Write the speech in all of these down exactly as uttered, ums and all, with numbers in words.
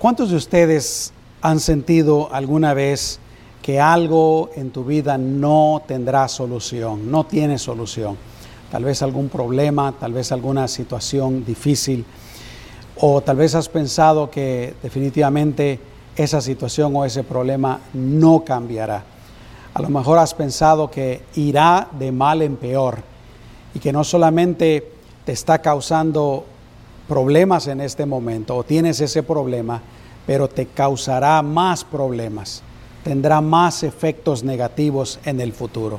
¿Cuántos de ustedes han sentido alguna vez que algo en tu vida no tendrá solución, no tiene solución? Tal vez algún problema, tal vez alguna situación difícil, o tal vez has pensado que definitivamente esa situación o ese problema no cambiará. A lo mejor has pensado que irá de mal en peor y que no solamente te está causando problemas en este momento o tienes ese problema, pero te causará más problemas, tendrá más efectos negativos en el futuro.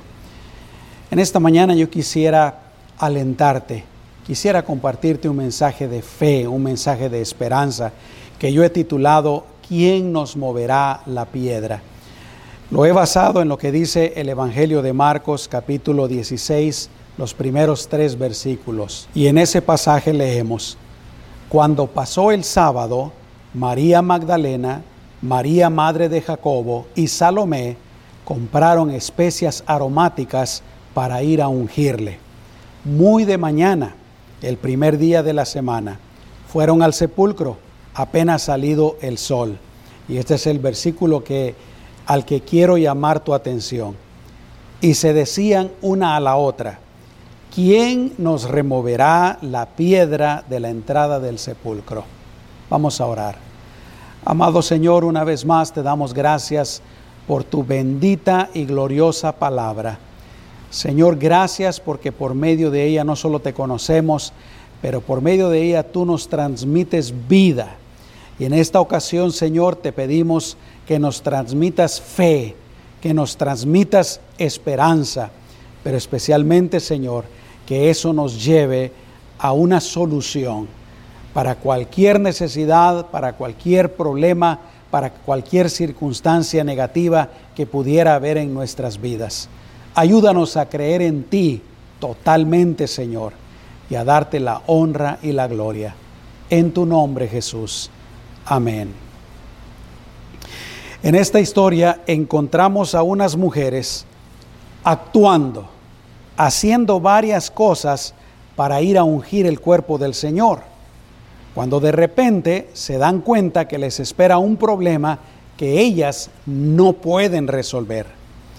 En esta mañana yo quisiera alentarte, quisiera compartirte un mensaje de fe, un mensaje de esperanza que yo he titulado ¿Quién nos moverá la piedra? Lo he basado en lo que dice el Evangelio de Marcos, capítulo dieciséis, los primeros tres versículos. Y en ese pasaje leemos: Cuando pasó el sábado, María Magdalena, María madre de Jacobo y Salomé compraron especias aromáticas para ir a ungirle. Muy de mañana, el primer día de la semana, fueron al sepulcro, apenas salido el sol. Y este es el versículo que, al que quiero llamar tu atención. Y se decían una a la otra: ¿quién nos removerá la piedra de la entrada del sepulcro? Vamos a orar. Amado Señor, una vez más te damos gracias por tu bendita y gloriosa palabra. Señor, gracias porque por medio de ella no solo te conocemos, pero por medio de ella tú nos transmites vida. Y en esta ocasión, Señor, te pedimos que nos transmitas fe, que nos transmitas esperanza, pero especialmente, Señor, que eso nos lleve a una solución para cualquier necesidad, para cualquier problema, para cualquier circunstancia negativa que pudiera haber en nuestras vidas. Ayúdanos a creer en ti totalmente, Señor, y a darte la honra y la gloria. En tu nombre, Jesús. Amén. En esta historia encontramos a unas mujeres actuando, haciendo varias cosas para ir a ungir el cuerpo del Señor, cuando de repente se dan cuenta que les espera un problema que ellas no pueden resolver.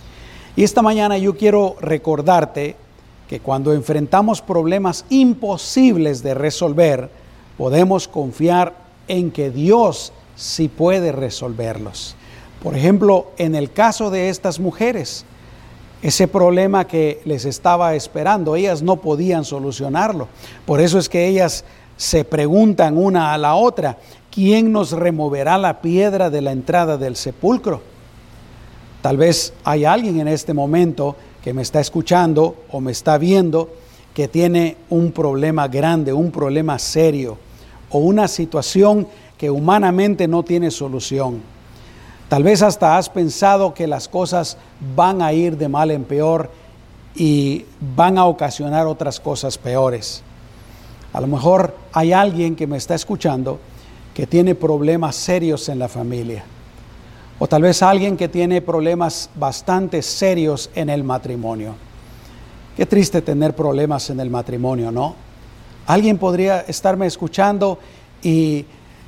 Y esta mañana yo quiero recordarte que cuando enfrentamos problemas imposibles de resolver, podemos confiar en que Dios sí puede resolverlos. Por ejemplo, en el caso de estas mujeres, ese problema que les estaba esperando, ellas no podían solucionarlo. Por eso es que ellas se preguntan una a la otra: ¿quién nos removerá la piedra de la entrada del sepulcro? Tal vez hay alguien en este momento que me está escuchando o me está viendo que tiene un problema grande, un problema serio o una situación que humanamente no tiene solución. Tal vez hasta has pensado que las cosas van a ir de mal en peor y van a ocasionar otras cosas peores. A lo mejor hay alguien que me está escuchando que tiene problemas serios en la familia. O tal vez alguien que tiene problemas bastante serios en el matrimonio. Qué triste tener problemas en el matrimonio, ¿no? Alguien podría estarme escuchando y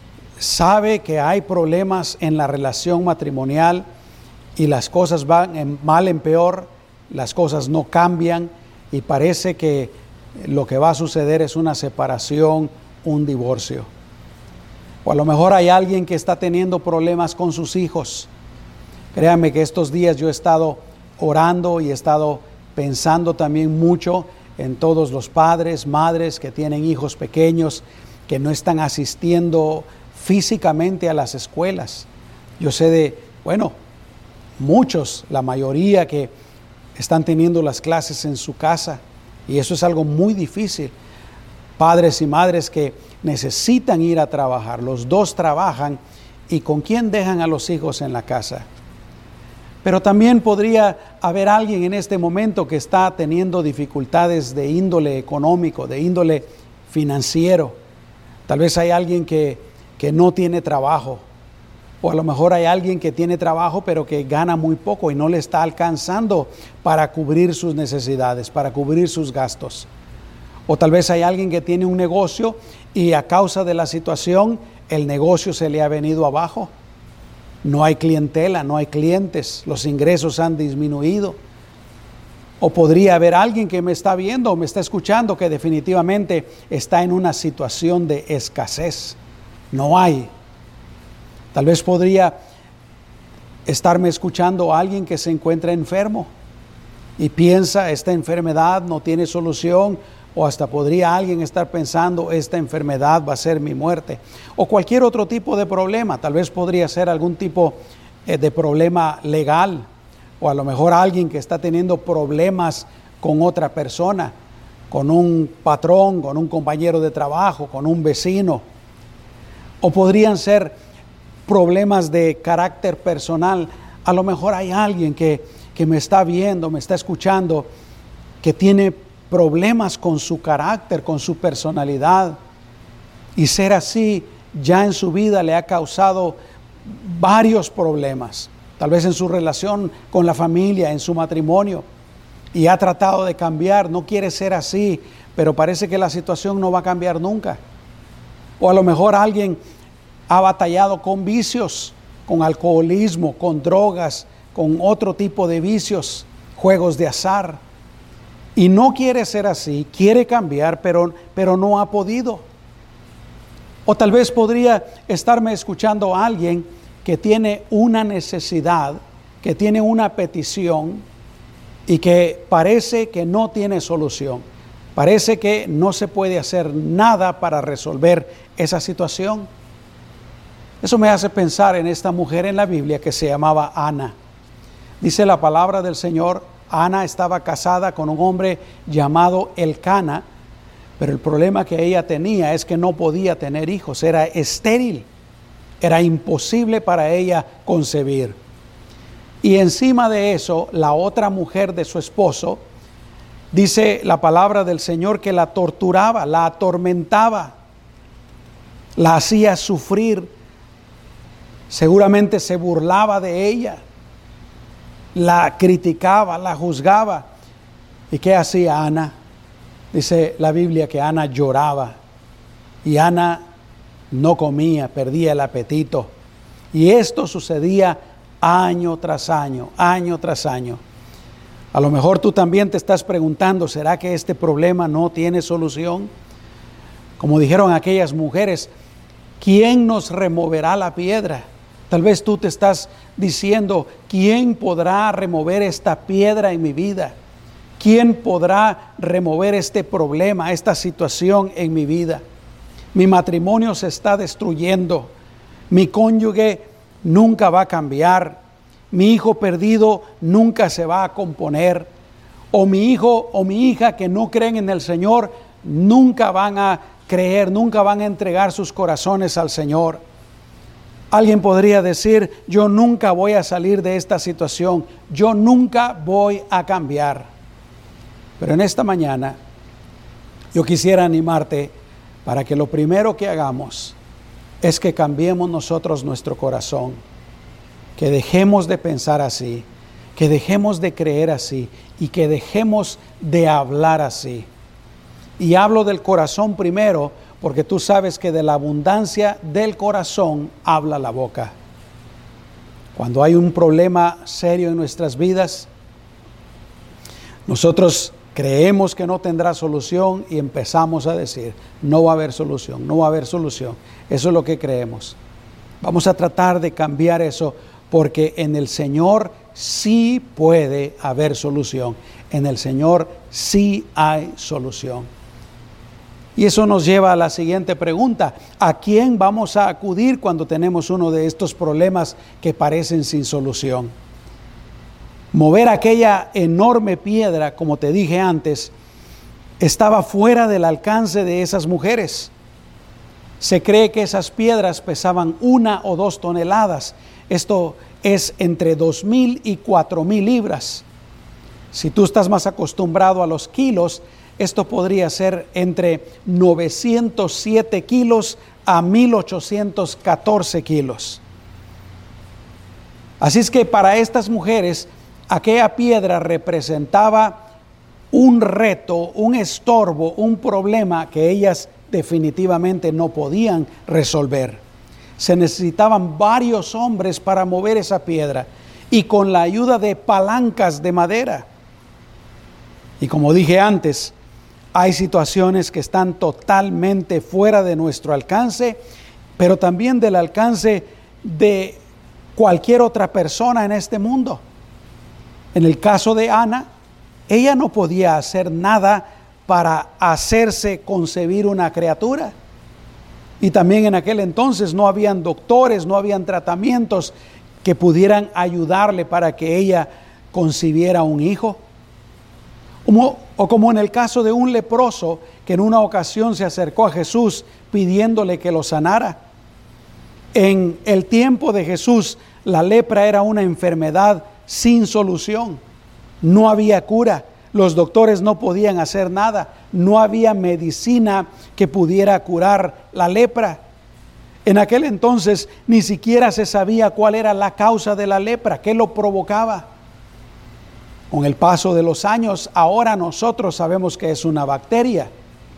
sabe que hay problemas en la relación matrimonial y las cosas van en mal en peor, las cosas no cambian y parece que lo que va a suceder es una separación, un divorcio. O a lo mejor hay alguien que está teniendo problemas con sus hijos. Créanme que estos días yo he estado orando y he estado pensando también mucho en todos los padres, madres que tienen hijos pequeños que no están asistiendo físicamente a las escuelas. Yo sé de, bueno, muchos, la mayoría que están teniendo las clases en su casa y eso es algo muy difícil. Padres y madres que necesitan ir a trabajar, los dos trabajan y ¿con quién dejan a los hijos en la casa? Pero también podría haber alguien en este momento que está teniendo dificultades de índole económico, de índole financiero. Tal vez hay alguien que, que no tiene trabajo, o a lo mejor hay alguien que tiene trabajo pero que gana muy poco y no le está alcanzando para cubrir sus necesidades, para cubrir sus gastos. O tal vez hay alguien que tiene un negocio y a causa de la situación el negocio se le ha venido abajo, no hay clientela, no hay clientes, los ingresos han disminuido. O podría haber alguien que me está viendo o me está escuchando que definitivamente está en una situación de escasez. No hay. Tal vez podría estarme escuchando a alguien que se encuentra enfermo y piensa, esta enfermedad no tiene solución, o hasta podría alguien estar pensando, esta enfermedad va a ser mi muerte, o cualquier otro tipo de problema. Tal vez podría ser algún tipo eh, de problema legal, o a lo mejor alguien que está teniendo problemas con otra persona, con un patrón, con un compañero de trabajo, con un vecino. O podrían ser problemas de carácter personal. A lo mejor hay alguien que, que me está viendo, me está escuchando, que tiene problemas con su carácter, con su personalidad. Y ser así ya en su vida le ha causado varios problemas. Tal vez en su relación con la familia, en su matrimonio. Y ha tratado de cambiar, no quiere ser así, pero parece que la situación no va a cambiar nunca. O a lo mejor alguien ha batallado con vicios, con alcoholismo, con drogas, con otro tipo de vicios, juegos de azar. Y no quiere ser así, quiere cambiar, pero, pero no ha podido. O tal vez podría estarme escuchando a alguien que tiene una necesidad, que tiene una petición y que parece que no tiene solución. Parece que no se puede hacer nada para resolver esa situación. Eso me hace pensar en esta mujer en la Biblia que se llamaba Ana. Dice la palabra del Señor, Ana estaba casada con un hombre llamado Elcana, pero el problema que ella tenía es que no podía tener hijos, era estéril, era imposible para ella concebir. Y encima de eso, la otra mujer de su esposo, dice la palabra del Señor que la torturaba, la atormentaba, la hacía sufrir. Seguramente se burlaba de ella, la criticaba, la juzgaba. ¿Y qué hacía Ana? Dice la Biblia que Ana lloraba y Ana no comía, perdía el apetito. Y esto sucedía año tras año, año tras año. A lo mejor tú también te estás preguntando, ¿será que este problema no tiene solución? Como dijeron aquellas mujeres, ¿quién nos removerá la piedra? Tal vez tú te estás diciendo, ¿quién podrá remover esta piedra en mi vida? ¿Quién podrá remover este problema, esta situación en mi vida? Mi matrimonio se está destruyendo. Mi cónyuge nunca va a cambiar. Mi hijo perdido nunca se va a componer. O mi hijo o mi hija que no creen en el Señor nunca van a creer, nunca van a entregar sus corazones al Señor. Alguien podría decir, yo nunca voy a salir de esta situación, yo nunca voy a cambiar. Pero en esta mañana yo quisiera animarte para que lo primero que hagamos es que cambiemos nosotros nuestro corazón, que dejemos de pensar así, que dejemos de creer así y que dejemos de hablar así. Y hablo del corazón primero, porque tú sabes que de la abundancia del corazón habla la boca. Cuando hay un problema serio en nuestras vidas, nosotros creemos que no tendrá solución y empezamos a decir, no va a haber solución, no va a haber solución. Eso es lo que creemos. Vamos a tratar de cambiar eso, porque en el Señor sí puede haber solución. En el Señor sí hay solución. Y eso nos lleva a la siguiente pregunta. ¿A quién vamos a acudir cuando tenemos uno de estos problemas que parecen sin solución? Mover aquella enorme piedra, como te dije antes, estaba fuera del alcance de esas mujeres. Se cree que esas piedras pesaban una o dos toneladas. Esto es entre dos mil y cuatro mil libras. Si tú estás más acostumbrado a los kilos, esto podría ser entre novecientos siete kilos a mil ochocientos catorce kilos. Así es que para estas mujeres, aquella piedra representaba un reto, un estorbo, un problema que ellas definitivamente no podían resolver. Se necesitaban varios hombres para mover esa piedra y con la ayuda de palancas de madera. Y como dije antes, hay situaciones que están totalmente fuera de nuestro alcance, pero también del alcance de cualquier otra persona en este mundo. En el caso de Ana, ella no podía hacer nada para hacerse concebir una criatura. Y también en aquel entonces no habían doctores, no habían tratamientos que pudieran ayudarle para que ella concibiera un hijo. Como, o como en el caso de un leproso que en una ocasión se acercó a Jesús pidiéndole que lo sanara. En el tiempo de Jesús, la lepra era una enfermedad sin solución. No había cura. Los doctores no podían hacer nada. No había medicina que pudiera curar la lepra. En aquel entonces ni siquiera se sabía cuál era la causa de la lepra, qué lo provocaba. Con el paso de los años, ahora nosotros sabemos que es una bacteria.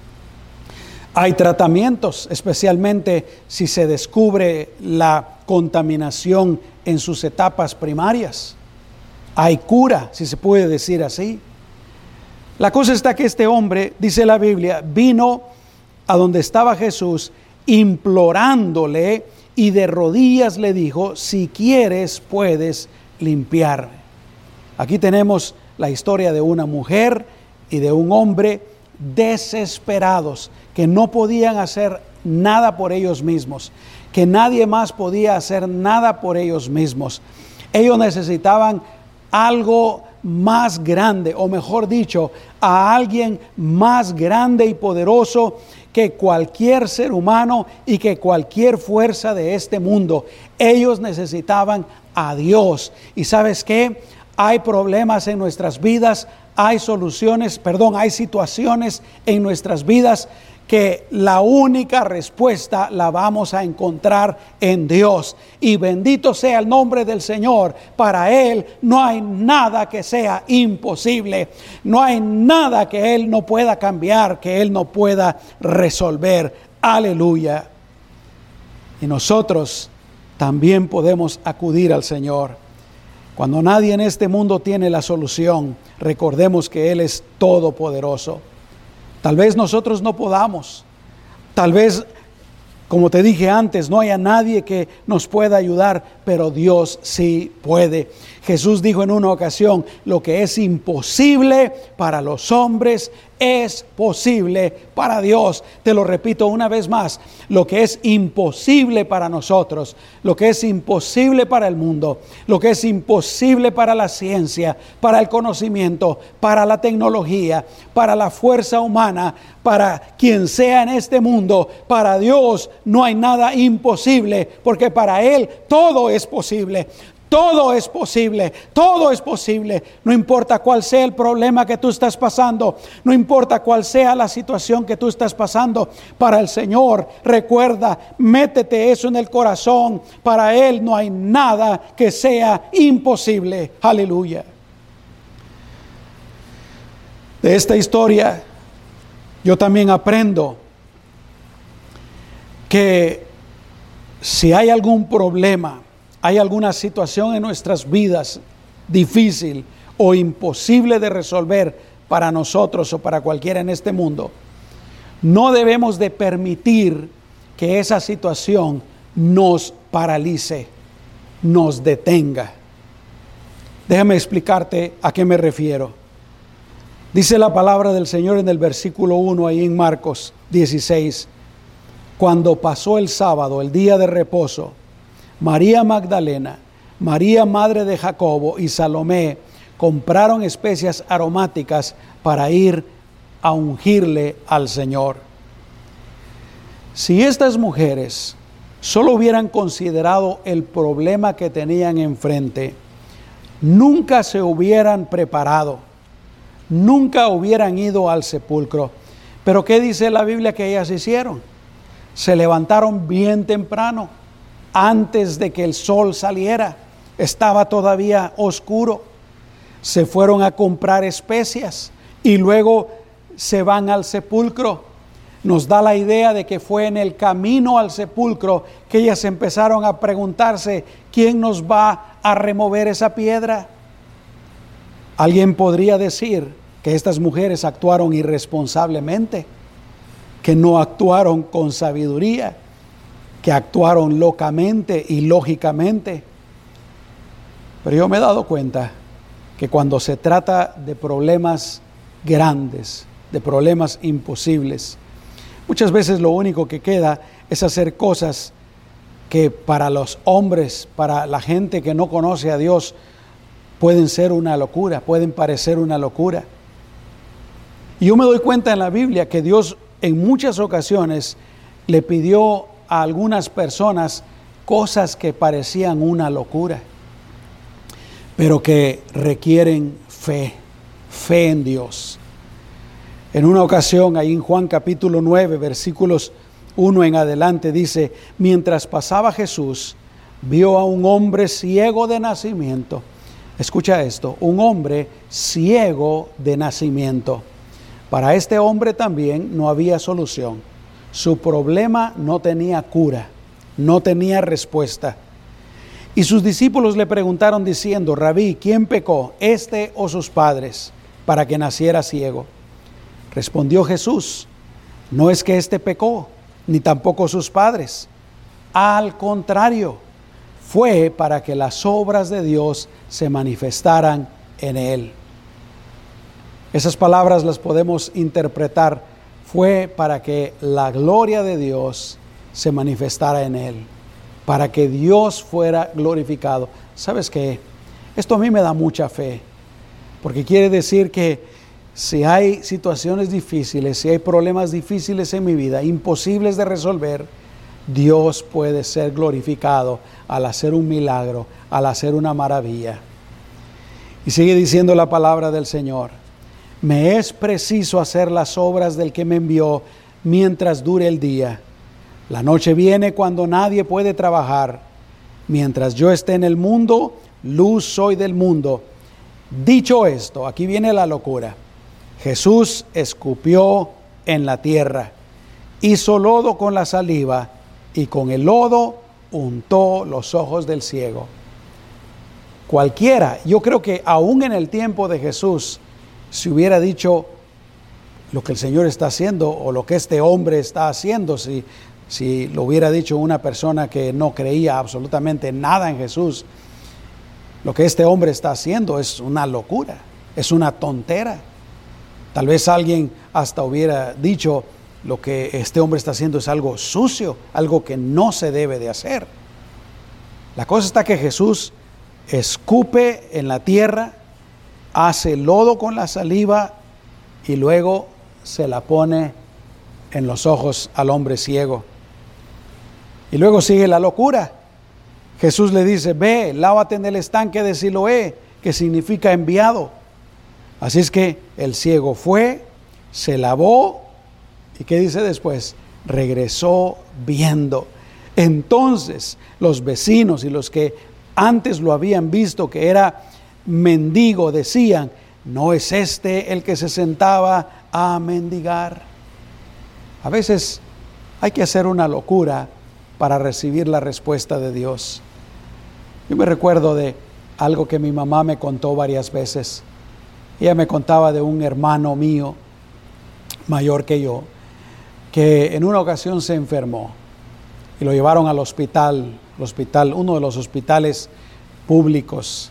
Hay tratamientos, especialmente si se descubre la contaminación en sus etapas primarias. Hay cura, si se puede decir así. La cosa está que este hombre, dice la Biblia, vino a donde estaba Jesús implorándole y de rodillas le dijo: si quieres puedes limpiarme. Aquí tenemos la historia de una mujer y de un hombre desesperados que no podían hacer nada por ellos mismos, que nadie más podía hacer nada por ellos mismos. Ellos necesitaban algo más grande, o mejor dicho, a alguien más grande y poderoso que cualquier ser humano y que cualquier fuerza de este mundo. Ellos necesitaban a Dios. ¿Y sabes qué? Hay problemas en nuestras vidas, hay soluciones, perdón, hay situaciones en nuestras vidas que la única respuesta la vamos a encontrar en Dios. Y bendito sea el nombre del Señor. Para Él no hay nada que sea imposible. No hay nada que Él no pueda cambiar, que Él no pueda resolver. Aleluya. Y nosotros también podemos acudir al Señor. Cuando nadie en este mundo tiene la solución, recordemos que Él es todopoderoso. Tal vez nosotros no podamos, tal vez, como te dije antes, no haya nadie que nos pueda ayudar, pero Dios sí puede. Jesús dijo en una ocasión: lo que es imposible para los hombres es posible para Dios. Te lo repito una vez más: lo que es imposible para nosotros, lo que es imposible para el mundo, lo que es imposible para la ciencia, para el conocimiento, para la tecnología, para la fuerza humana, para quien sea en este mundo, para Dios no hay nada imposible, porque para Él todo es posible. Todo es posible, todo es posible. No importa cuál sea el problema que tú estás pasando, no importa cuál sea la situación que tú estás pasando, para el Señor, recuerda, métete eso en el corazón. Para Él no hay nada que sea imposible. Aleluya. De esta historia, yo también aprendo que si hay algún problema, hay alguna situación en nuestras vidas difícil o imposible de resolver para nosotros o para cualquiera en este mundo, no debemos de permitir que esa situación nos paralice, nos detenga. Déjame explicarte a qué me refiero. Dice la palabra del Señor en el versículo uno ahí en Marcos dieciséis: cuando pasó el sábado, el día de reposo, María Magdalena, María madre de Jacobo y Salomé compraron especias aromáticas para ir a ungirle al Señor. Si estas mujeres solo hubieran considerado el problema que tenían enfrente, nunca se hubieran preparado, nunca hubieran ido al sepulcro. Pero ¿qué dice la Biblia que ellas hicieron? Se levantaron bien temprano, antes de que el sol saliera, estaba todavía oscuro. Se fueron a comprar especias y luego se van al sepulcro. nos da la idea de que fue en el camino al sepulcro que ellas empezaron a preguntarse, ¿quién nos va a remover esa piedra? Alguien podría decir que estas mujeres actuaron irresponsablemente, que no actuaron con sabiduría, que actuaron locamente y lógicamente. Pero yo me he dado cuenta que cuando se trata de problemas grandes, de problemas imposibles, muchas veces lo único que queda es hacer cosas que para los hombres, para la gente que no conoce a Dios, pueden ser una locura, pueden parecer una locura. Y yo me doy cuenta en la Biblia que Dios en muchas ocasiones le pidió a algunas personas cosas que parecían una locura, pero que requieren fe, fe en Dios. En una ocasión, ahí en Juan capítulo nueve, versículos uno en adelante, dice: mientras pasaba Jesús, vio a un hombre ciego de nacimiento. Escucha esto, un hombre ciego de nacimiento. Para este hombre también no había solución. Su problema no tenía cura, no tenía respuesta. Y sus discípulos le preguntaron diciendo: Rabí, ¿quién pecó, este o sus padres, para que naciera ciego? Respondió Jesús: no es que éste pecó, ni tampoco sus padres. Al contrario, fue para que las obras de Dios se manifestaran en él. Esas palabras las podemos interpretar: fue para que la gloria de Dios se manifestara en él, para que Dios fuera glorificado. ¿Sabes qué? Esto a mí me da mucha fe, porque quiere decir que si hay situaciones difíciles, si hay problemas difíciles en mi vida, imposibles de resolver, Dios puede ser glorificado al hacer un milagro, al hacer una maravilla. Y sigue diciendo la palabra del Señor: me es preciso hacer las obras del que me envió mientras dure el día. La noche viene cuando nadie puede trabajar. Mientras yo esté en el mundo, luz soy del mundo. Dicho esto, aquí viene la locura. Jesús escupió en la tierra, hizo lodo con la saliva y con el lodo untó los ojos del ciego. Cualquiera, yo creo que aún en el tiempo de Jesús, si hubiera dicho lo que el Señor está haciendo o lo que este hombre está haciendo, si, si lo hubiera dicho una persona que no creía absolutamente nada en Jesús, lo que este hombre está haciendo es una locura, es una tontera. Tal vez alguien hasta hubiera dicho: lo que este hombre está haciendo es algo sucio, algo que no se debe de hacer. La cosa está que Jesús escupe en la tierra, hace lodo con la saliva y luego se la pone en los ojos al hombre ciego. Y luego sigue la locura. Jesús le dice: ve, lávate en el estanque de Siloé, que significa enviado. Así es que el ciego fue, se lavó, ¿y qué dice después? Regresó viendo. Entonces los vecinos y los que antes lo habían visto que era mendigo decían: ¿no es este el que se sentaba a mendigar? A veces hay que hacer una locura para recibir la respuesta de Dios. Yo me recuerdo de algo que mi mamá me contó varias veces. Ella me contaba de un hermano mío, mayor que yo, que en una ocasión se enfermó y lo llevaron al hospital, al hospital, uno de los hospitales públicos,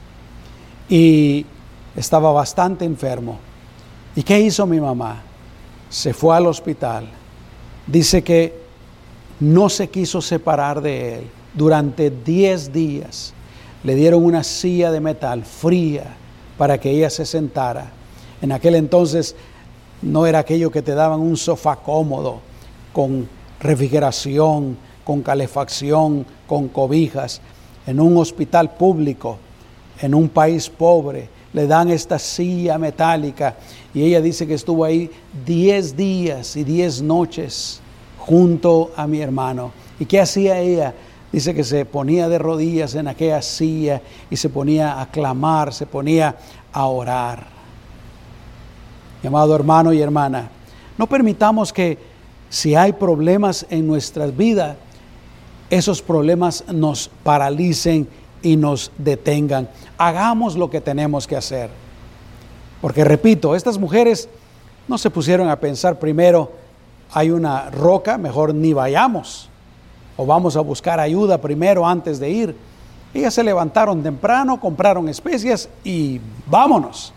y estaba bastante enfermo. ¿Y qué hizo mi mamá? Se fue al hospital. Dice que no se quiso separar de él durante diez días. Le dieron una silla de metal fría para que ella se sentara. En aquel entonces no era aquello que te daban un sofá cómodo, con refrigeración, con calefacción, con cobijas. En un hospital público, en un país pobre, le dan esta silla metálica, y ella dice que estuvo ahí diez días y diez noches junto a mi hermano. ¿Y qué hacía ella? Dice que se ponía de rodillas en aquella silla y se ponía a clamar, se ponía a orar. Mi amado hermano y hermana, no permitamos que si hay problemas en nuestras vidas, esos problemas nos paralicen y nos detengan. Hagamos lo que tenemos que hacer. Porque repito, estas mujeres no se pusieron a pensar primero, hay una roca, mejor ni vayamos. O vamos a buscar ayuda primero antes de ir. Ellas se levantaron temprano, compraron especias y vámonos.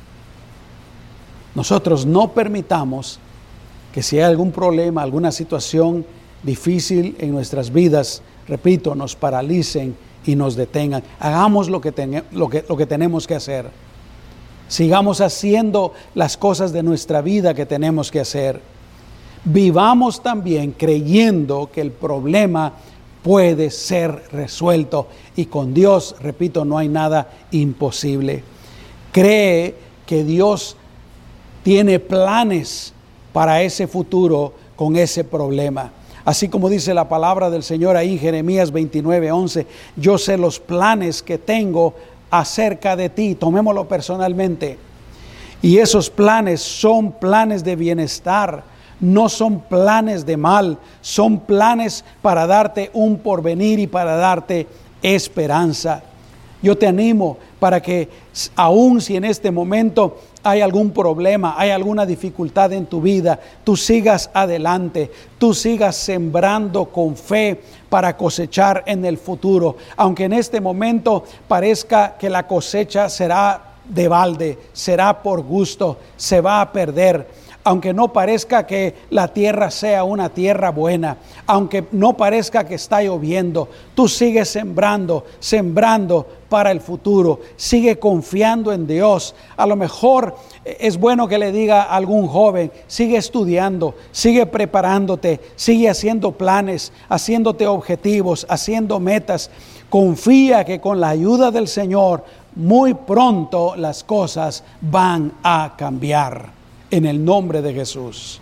Nosotros no permitamos que si hay algún problema, alguna situación difícil en nuestras vidas, repito, nos paralicen y nos detengan. Hagamos lo que, ten, lo que, lo que tenemos que hacer. Sigamos haciendo las cosas de nuestra vida que tenemos que hacer. Vivamos también creyendo que el problema puede ser resuelto. Y con Dios, repito, no hay nada imposible. Cree que Dios tiene planes para ese futuro con ese problema. Así como dice la palabra del Señor ahí en Jeremías veintinueve, once, yo sé los planes que tengo acerca de ti, tomémoslo personalmente. Y esos planes son planes de bienestar, no son planes de mal, son planes para darte un porvenir y para darte esperanza. Yo te animo para que aun si en este momento hay algún problema, hay alguna dificultad en tu vida, tú sigas adelante, tú sigas sembrando con fe para cosechar en el futuro. Aunque en este momento parezca que la cosecha será de balde, será por gusto, se va a perder. Aunque no parezca que la tierra sea una tierra buena, aunque no parezca que está lloviendo, tú sigues sembrando, sembrando para el futuro. Sigue confiando en Dios. A lo mejor es bueno que le diga a algún joven, sigue estudiando, sigue preparándote, sigue haciendo planes, haciéndote objetivos, haciendo metas. Confía que con la ayuda del Señor, muy pronto las cosas van a cambiar. En el nombre de Jesús.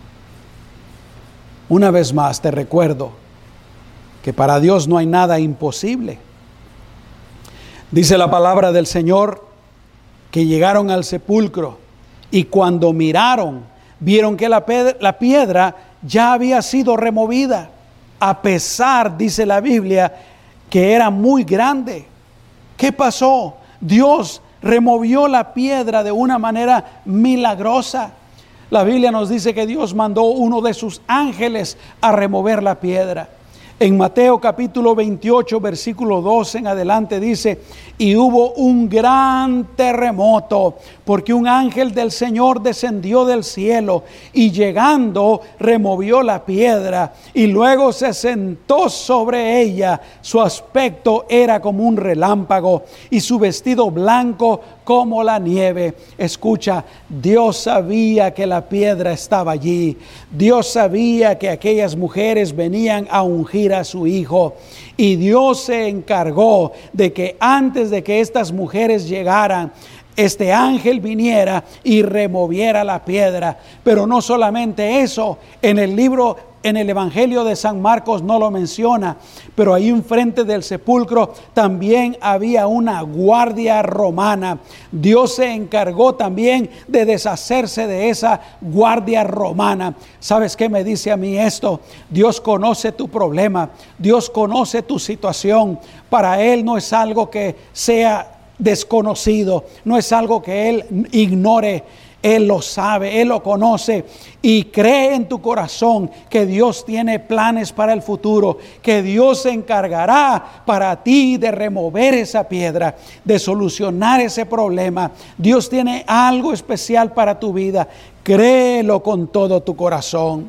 Una vez más te recuerdo que para Dios no hay nada imposible. Dice la palabra del Señor que llegaron al sepulcro y cuando miraron, vieron que la piedra, la piedra ya había sido removida, a pesar, dice la Biblia, que era muy grande. ¿Qué pasó? Dios removió la piedra de una manera milagrosa. La Biblia nos dice que Dios mandó uno de sus ángeles a remover la piedra. En Mateo capítulo veintiocho, versículo doce en adelante dice, y hubo un gran terremoto, porque un ángel del Señor descendió del cielo y llegando removió la piedra y luego se sentó sobre ella. Su aspecto era como un relámpago y su vestido blanco como la nieve. Escucha, Dios sabía que la piedra estaba allí. Dios sabía que aquellas mujeres venían a ungir a su hijo. Y Dios se encargó de que antes de que estas mujeres llegaran, este ángel viniera y removiera la piedra. Pero no solamente eso, en el libro, en el Evangelio de San Marcos no lo menciona, pero ahí enfrente del sepulcro también había una guardia romana. Dios se encargó también de deshacerse de esa guardia romana. ¿Sabes qué me dice a mí esto? Dios conoce tu problema, Dios conoce tu situación. Para Él no es algo que sea desconocido, no es algo que Él ignore. Él lo sabe, Él lo conoce y cree en tu corazón que Dios tiene planes para el futuro, que Dios se encargará para ti de remover esa piedra, de solucionar ese problema. Dios tiene algo especial para tu vida. Créelo con todo tu corazón.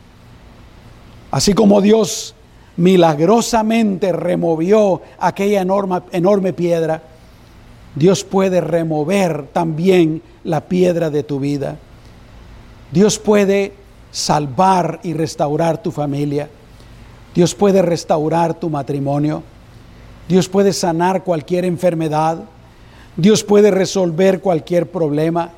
Así como Dios milagrosamente removió aquella enorme, enorme piedra, Dios puede remover también la piedra de tu vida. Dios puede salvar y restaurar tu familia. Dios puede restaurar tu matrimonio. Dios puede sanar cualquier enfermedad. Dios puede resolver cualquier problema.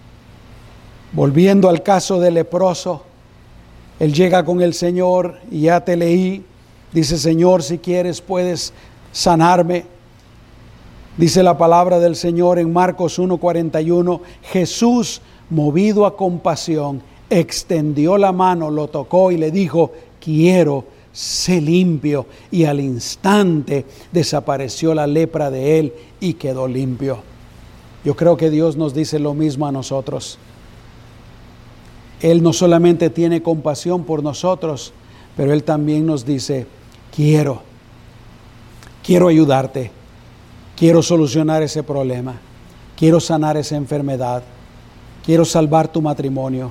Volviendo al caso del leproso, él llega con el Señor y ya te leí. Dice, Señor, si quieres puedes sanarme. Dice la palabra del Señor en Marcos uno cuarenta y uno, Jesús, movido a compasión, extendió la mano, lo tocó y le dijo: quiero, sé limpio. Y al instante desapareció la lepra de él y quedó limpio. Yo creo que Dios nos dice lo mismo a nosotros. Él no solamente tiene compasión por nosotros, pero Él también nos dice: quiero, quiero ayudarte, quiero solucionar ese problema, quiero sanar esa enfermedad, quiero salvar tu matrimonio,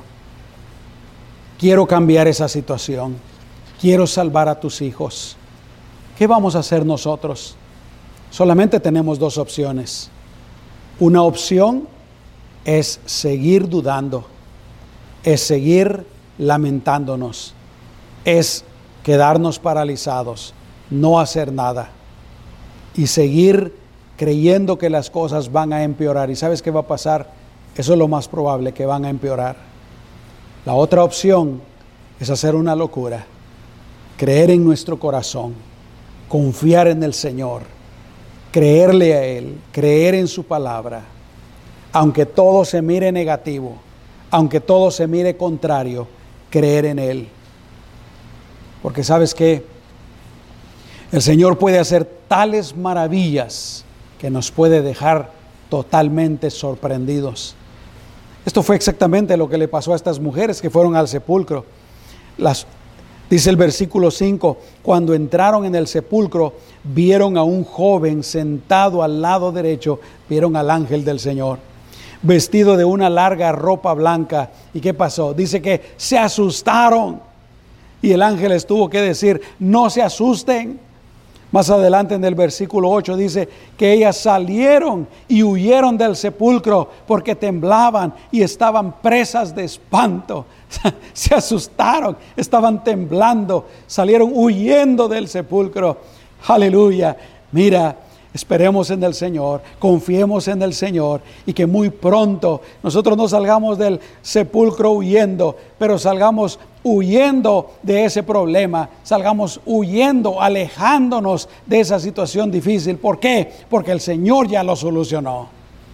quiero cambiar esa situación, quiero salvar a tus hijos. ¿Qué vamos a hacer nosotros? Solamente tenemos dos opciones. Una opción es seguir dudando, es seguir lamentándonos, es quedarnos paralizados, no hacer nada y seguir creyendo que las cosas van a empeorar. ¿Y sabes qué va a pasar? Eso es lo más probable, que van a empeorar. La otra opción es hacer una locura, creer en nuestro corazón, confiar en el Señor, creerle a Él, creer en su palabra, aunque todo se mire negativo, aunque todo se mire contrario, creer en Él. Porque ¿sabes qué? El Señor puede hacer tales maravillas que nos puede dejar totalmente sorprendidos. Esto fue exactamente lo que le pasó a estas mujeres que fueron al sepulcro. Las, dice el versículo cinco, cuando entraron en el sepulcro, vieron a un joven sentado al lado derecho, vieron al ángel del Señor, vestido de una larga ropa blanca. ¿Y qué pasó? Dice que se asustaron. Y el ángel les tuvo que decir: no se asusten. Más adelante en el versículo ocho dice que ellas salieron y huyeron del sepulcro porque temblaban y estaban presas de espanto. Se asustaron, estaban temblando, salieron huyendo del sepulcro. Aleluya. Mira, esperemos en el Señor, confiemos en el Señor y que muy pronto nosotros no salgamos del sepulcro huyendo, pero salgamos huyendo de ese problema, salgamos huyendo, alejándonos de esa situación difícil. ¿Por qué? Porque el Señor ya lo solucionó.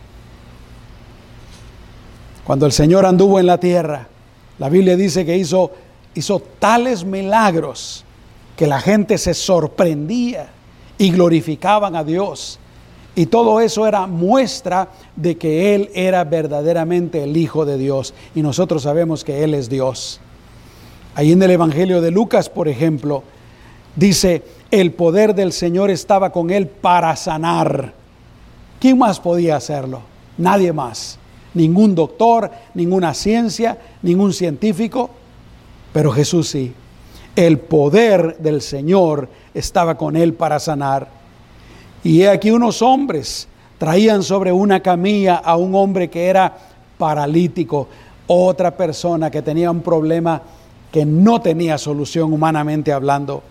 Cuando el Señor anduvo en la tierra, la Biblia dice que hizo, hizo tales milagros que la gente se sorprendía y glorificaban a Dios. Y todo eso era muestra de que Él era verdaderamente el Hijo de Dios. Y nosotros sabemos que Él es Dios. Ahí en el Evangelio de Lucas, por ejemplo, dice: el poder del Señor estaba con Él para sanar. ¿Quién más podía hacerlo? Nadie más. Ningún doctor, ninguna ciencia, ningún científico. Pero Jesús sí. El poder del Señor estaba con Él para sanar. Y he aquí unos hombres traían sobre una camilla a un hombre que era paralítico, otra persona que tenía un problema que no tenía solución humanamente hablando.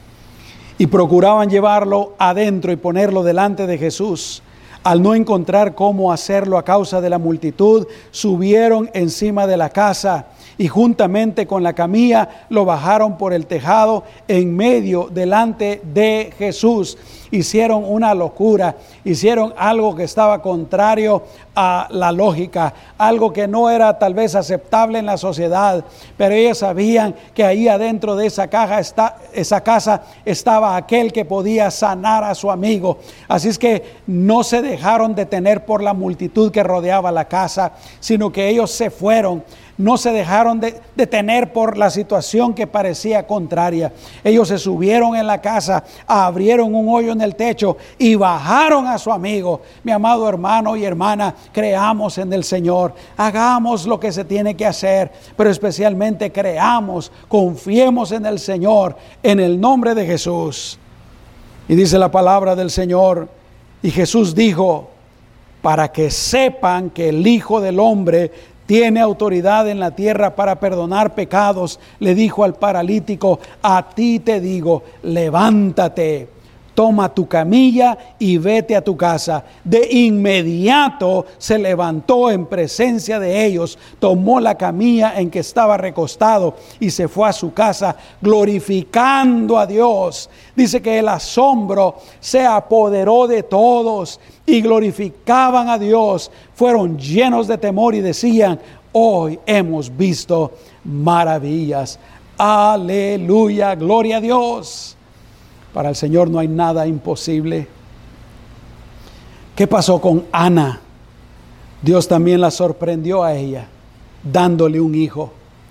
Y procuraban llevarlo adentro y ponerlo delante de Jesús. Al no encontrar cómo hacerlo a causa de la multitud, subieron encima de la casa y juntamente con la camilla lo bajaron por el tejado en medio delante de Jesús. Hicieron una locura, hicieron algo que estaba contrario a la lógica, algo que no era tal vez aceptable en la sociedad, pero ellos sabían que ahí adentro de esa caja está, esa casa estaba aquel que podía sanar a su amigo. Así es que no se dejaron detener por la multitud que rodeaba la casa, sino que ellos se fueron. No se dejaron de detener por la situación que parecía contraria. Ellos se subieron en la casa, abrieron un hoyo en el techo y bajaron a su amigo. Mi amado hermano y hermana, creamos en el Señor, hagamos lo que se tiene que hacer, pero especialmente creamos, confiemos en el Señor, en el nombre de Jesús. Y dice la palabra del Señor: y Jesús dijo: para que sepan que el Hijo del Hombre tiene autoridad en la tierra para perdonar pecados, le dijo al paralítico: a ti te digo, levántate, toma tu camilla y vete a tu casa. De inmediato se levantó en presencia de ellos, tomó la camilla en que estaba recostado y se fue a su casa glorificando a Dios. Dice que el asombro se apoderó de todos y glorificaban a Dios. Fueron llenos de temor y decían: hoy hemos visto maravillas. Aleluya, gloria a Dios. Para el Señor no hay nada imposible. ¿Qué pasó con Ana? Dios también la sorprendió a ella, dándole un hijo.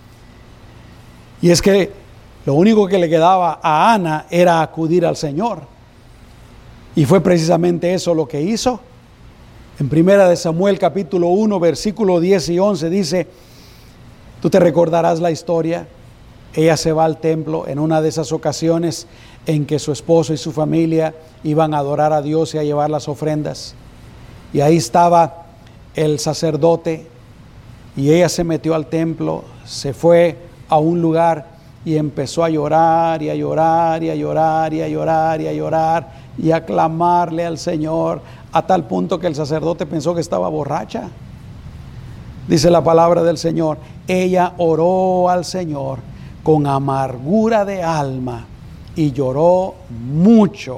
Y es que lo único que le quedaba a Ana era acudir al Señor. Y fue precisamente eso lo que hizo. En Primera de Samuel capítulo uno, versículo diez y once dice, tú te recordarás la historia. Ella se va al templo en una de esas ocasiones en que su esposo y su familia iban a adorar a Dios y a llevar las ofrendas. Y ahí estaba el sacerdote y ella se metió al templo, se fue a un lugar y empezó a llorar y a llorar y a llorar y a llorar y a llorar y a clamarle al Señor, a tal punto que el sacerdote pensó que estaba borracha. Dice la palabra del Señor, ella oró al Señor con amargura de alma y lloró mucho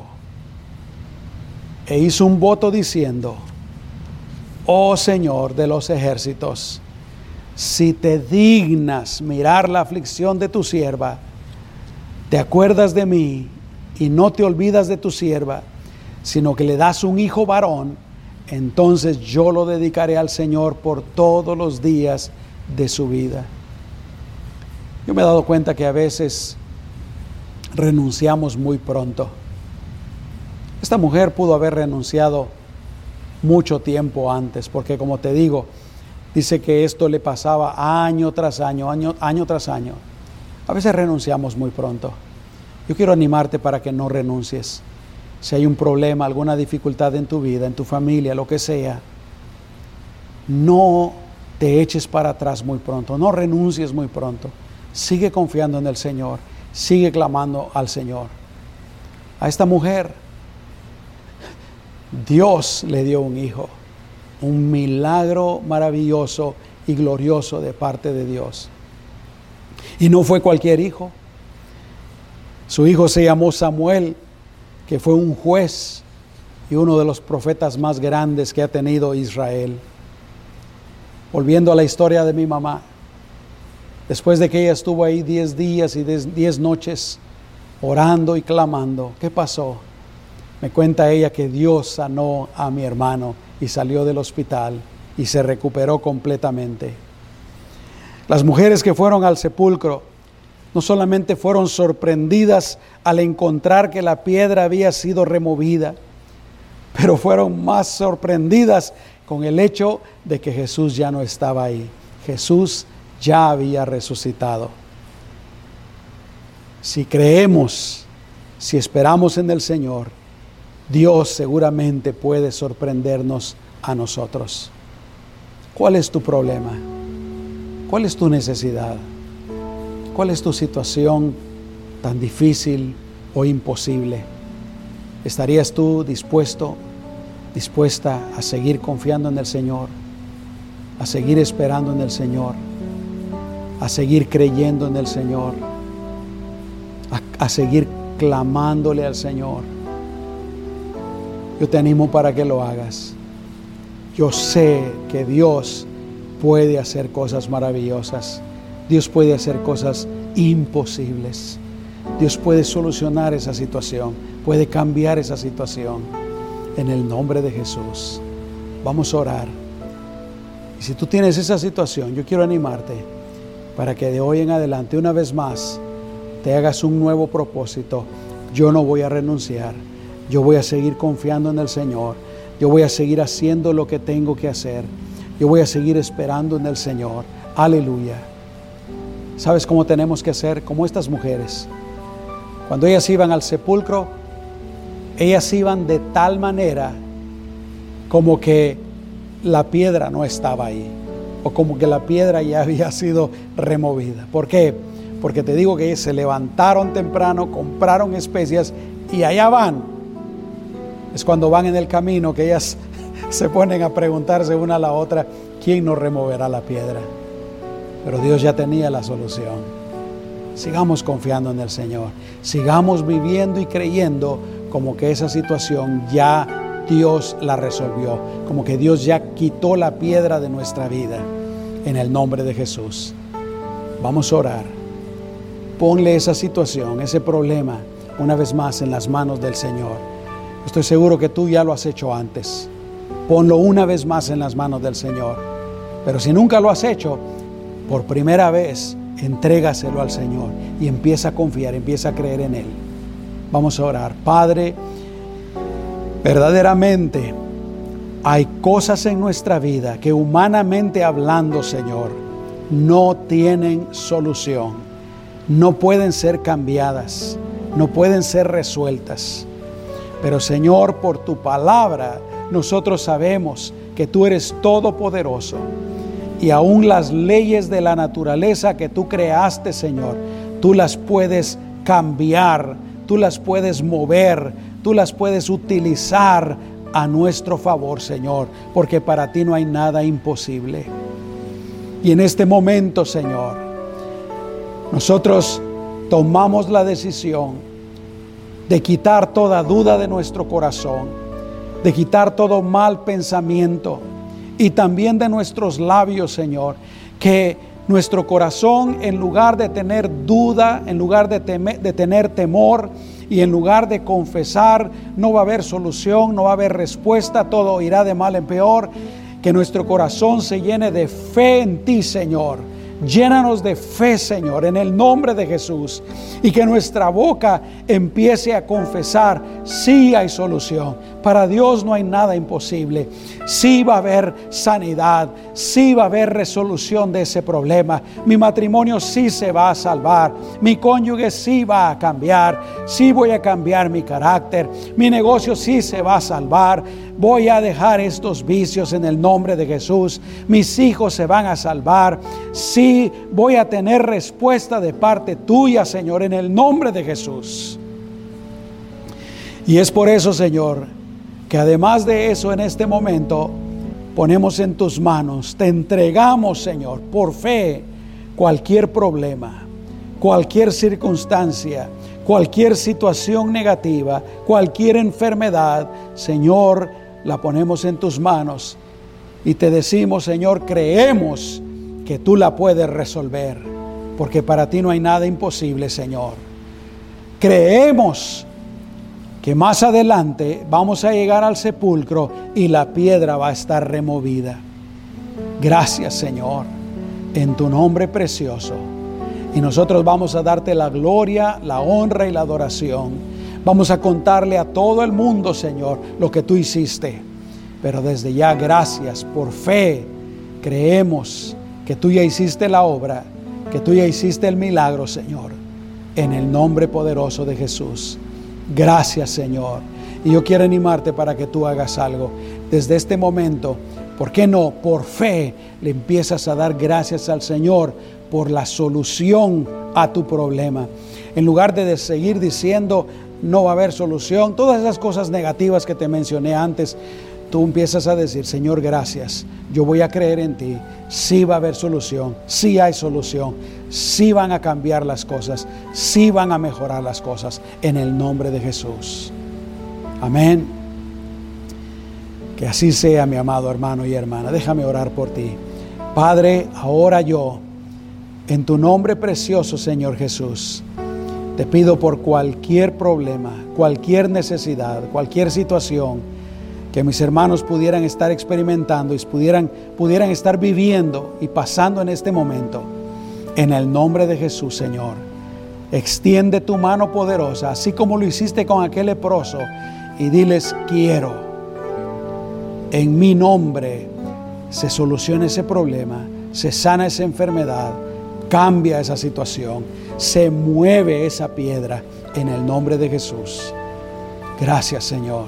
e hizo un voto diciendo, oh Señor de los ejércitos, si te dignas mirar la aflicción de tu sierva, te acuerdas de mí y no te olvidas de tu sierva, sino que le das un hijo varón, entonces yo lo dedicaré al Señor por todos los días de su vida. Yo me he dado cuenta que a veces renunciamos muy pronto. Esta mujer pudo haber renunciado mucho tiempo antes, porque como te digo, dice que esto le pasaba año tras año, año, año tras año. A veces renunciamos muy pronto. Yo quiero animarte para que no renuncies. Si hay un problema, alguna dificultad en tu vida, en tu familia, lo que sea, no te eches para atrás muy pronto, no renuncies muy pronto. Sigue confiando en el Señor, sigue clamando al Señor. A esta mujer, Dios le dio un hijo, un milagro maravilloso y glorioso de parte de Dios. Y no fue cualquier hijo. Su hijo se llamó Samuel, que fue un juez y uno de los profetas más grandes que ha tenido Israel. Volviendo a la historia de mi mamá, después de que ella estuvo ahí diez días y diez noches orando y clamando, ¿qué pasó? Me cuenta ella que Dios sanó a mi hermano y salió del hospital y se recuperó completamente. Las mujeres que fueron al sepulcro no solamente fueron sorprendidas al encontrar que la piedra había sido removida, pero fueron más sorprendidas con el hecho de que Jesús ya no estaba ahí. Jesús ya había resucitado. Si creemos, si esperamos en el Señor, Dios seguramente puede sorprendernos a nosotros. ¿Cuál es tu problema? ¿Cuál es tu necesidad? ¿Cuál es tu situación tan difícil o imposible? ¿Estarías tú dispuesto, dispuesta a seguir confiando en el Señor, a seguir esperando en el Señor, a seguir creyendo en el Señor, a, a seguir clamándole al Señor? Yo te animo para que lo hagas. Yo sé que Dios puede hacer cosas maravillosas. Dios puede hacer cosas imposibles. Dios puede solucionar esa situación, puede cambiar esa situación. En el nombre de Jesús, vamos a orar. Y si tú tienes esa situación, yo quiero animarte para que de hoy en adelante, una vez más, te hagas un nuevo propósito. Yo no voy a renunciar. Yo voy a seguir confiando en el Señor. Yo voy a seguir haciendo lo que tengo que hacer. Yo voy a seguir esperando en el Señor. Aleluya. ¿Sabes cómo tenemos que hacer? Como estas mujeres. Cuando ellas iban al sepulcro, ellas iban de tal manera como que la piedra no estaba ahí, o como que la piedra ya había sido removida. ¿Por qué? Porque te digo que ellas se levantaron temprano, compraron especias y allá van. Es cuando van en el camino que ellas se ponen a preguntarse una a la otra, ¿quién nos removerá la piedra? Pero Dios ya tenía la solución. Sigamos confiando en el Señor. Sigamos viviendo y creyendo como que esa situación ya Dios la resolvió. Como que Dios ya quitó la piedra de nuestra vida. en el nombre de Jesús. Vamos a orar. Ponle esa situación, ese problema, una vez más en las manos del Señor. Estoy seguro que tú ya lo has hecho antes. Ponlo una vez más en las manos del Señor. Pero si nunca lo has hecho, por primera vez, entrégaselo al Señor y empieza a confiar, empieza a creer en Él. Vamos a orar. Padre, verdaderamente hay cosas en nuestra vida que humanamente hablando, Señor, no tienen solución, no pueden ser cambiadas, no pueden ser resueltas. Pero Señor, por tu palabra, nosotros sabemos que tú eres todopoderoso y aún las leyes de la naturaleza que tú creaste, Señor, tú las puedes cambiar, tú las puedes mover, tú las puedes utilizar a nuestro favor, Señor, porque para ti no hay nada imposible. Y en este momento, Señor, nosotros tomamos la decisión de quitar toda duda de nuestro corazón, de quitar todo mal pensamiento y también de nuestros labios, Señor, que nuestro corazón, en lugar de tener duda, en lugar de, teme, de tener temor y en lugar de confesar, no va a haber solución, no va a haber respuesta, todo irá de mal en peor, que nuestro corazón se llene de fe en ti, Señor. Llénanos de fe, Señor, en el nombre de Jesús, y que nuestra boca empiece a confesar: sí hay solución. Para Dios no hay nada imposible. Sí va a haber sanidad, sí va a haber resolución de ese problema. Mi matrimonio sí se va a salvar, mi cónyuge sí va a cambiar, sí voy a cambiar mi carácter, mi negocio sí se va a salvar. Voy a dejar estos vicios en el nombre de Jesús. Mis hijos se van a salvar. Sí, voy a tener respuesta de parte tuya, Señor, en el nombre de Jesús. Y es por eso, Señor, que además de eso, en este momento, ponemos en tus manos, te entregamos, Señor, por fe, cualquier problema, cualquier circunstancia, cualquier situación negativa, cualquier enfermedad, Señor, la ponemos en tus manos y te decimos, Señor, creemos que tú la puedes resolver, porque para ti no hay nada imposible, Señor. Creemos que más adelante vamos a llegar al sepulcro y la piedra va a estar removida. Gracias, Señor, en tu nombre precioso. Y nosotros vamos a darte la gloria, la honra y la adoración. Vamos a contarle a todo el mundo, Señor, lo que tú hiciste. Pero desde ya, gracias, por fe, creemos que tú ya hiciste la obra, que tú ya hiciste el milagro, Señor, en el nombre poderoso de Jesús. Gracias, Señor. Y yo quiero animarte para que tú hagas algo. Desde este momento, ¿por qué no? Por fe, le empiezas a dar gracias al Señor por la solución a tu problema. En lugar de seguir diciendo, no va a haber solución, todas esas cosas negativas que te mencioné antes, tú empiezas a decir, Señor, gracias, yo voy a creer en ti, sí va a haber solución, sí hay solución, sí van a cambiar las cosas, sí van a mejorar las cosas, en el nombre de Jesús. Amén. Que así sea, mi amado hermano y hermana. Déjame orar por ti. Padre, ahora yo, en tu nombre precioso, Señor Jesús, te pido por cualquier problema, cualquier necesidad, cualquier situación que mis hermanos pudieran estar experimentando y pudieran, pudieran estar viviendo y pasando en este momento. En el nombre de Jesús, Señor, extiende tu mano poderosa, así como lo hiciste con aquel leproso, y diles, quiero. En mi nombre se soluciona ese problema, se sana esa enfermedad, cambia esa situación, se mueve esa piedra en el nombre de Jesús. Gracias, Señor.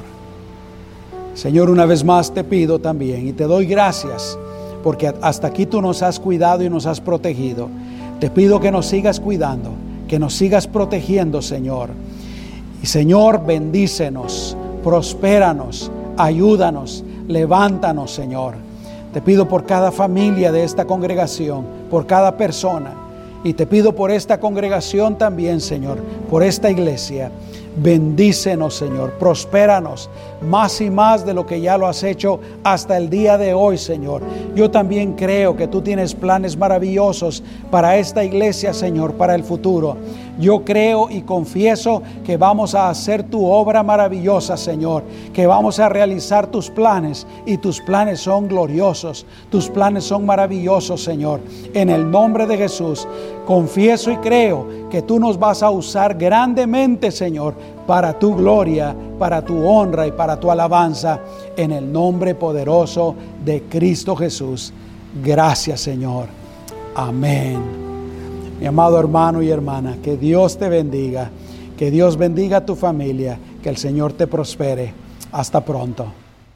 Señor, una vez más te pido también y te doy gracias porque hasta aquí tú nos has cuidado y nos has protegido. Te pido que nos sigas cuidando, que nos sigas protegiendo, Señor. Y Señor, bendícenos, prospéranos, ayúdanos, levántanos, Señor. Te pido por cada familia de esta congregación, por cada persona. Y te pido por esta congregación también, Señor, por esta iglesia. Bendícenos, Señor, prospéranos más y más de lo que ya lo has hecho hasta el día de hoy, Señor. Yo también creo que tú tienes planes maravillosos para esta iglesia, Señor, para el futuro. Yo creo y confieso que vamos a hacer tu obra maravillosa, Señor, que vamos a realizar tus planes, y tus planes son gloriosos, tus planes son maravillosos, Señor. En el nombre de Jesús, confieso y creo que tú nos vas a usar grandemente, Señor, para tu gloria, para tu honra y para tu alabanza, en el nombre poderoso de Cristo Jesús. Gracias, Señor. Amén. Mi amado hermano y hermana, que Dios te bendiga, que Dios bendiga a tu familia, que el Señor te prospere. Hasta pronto.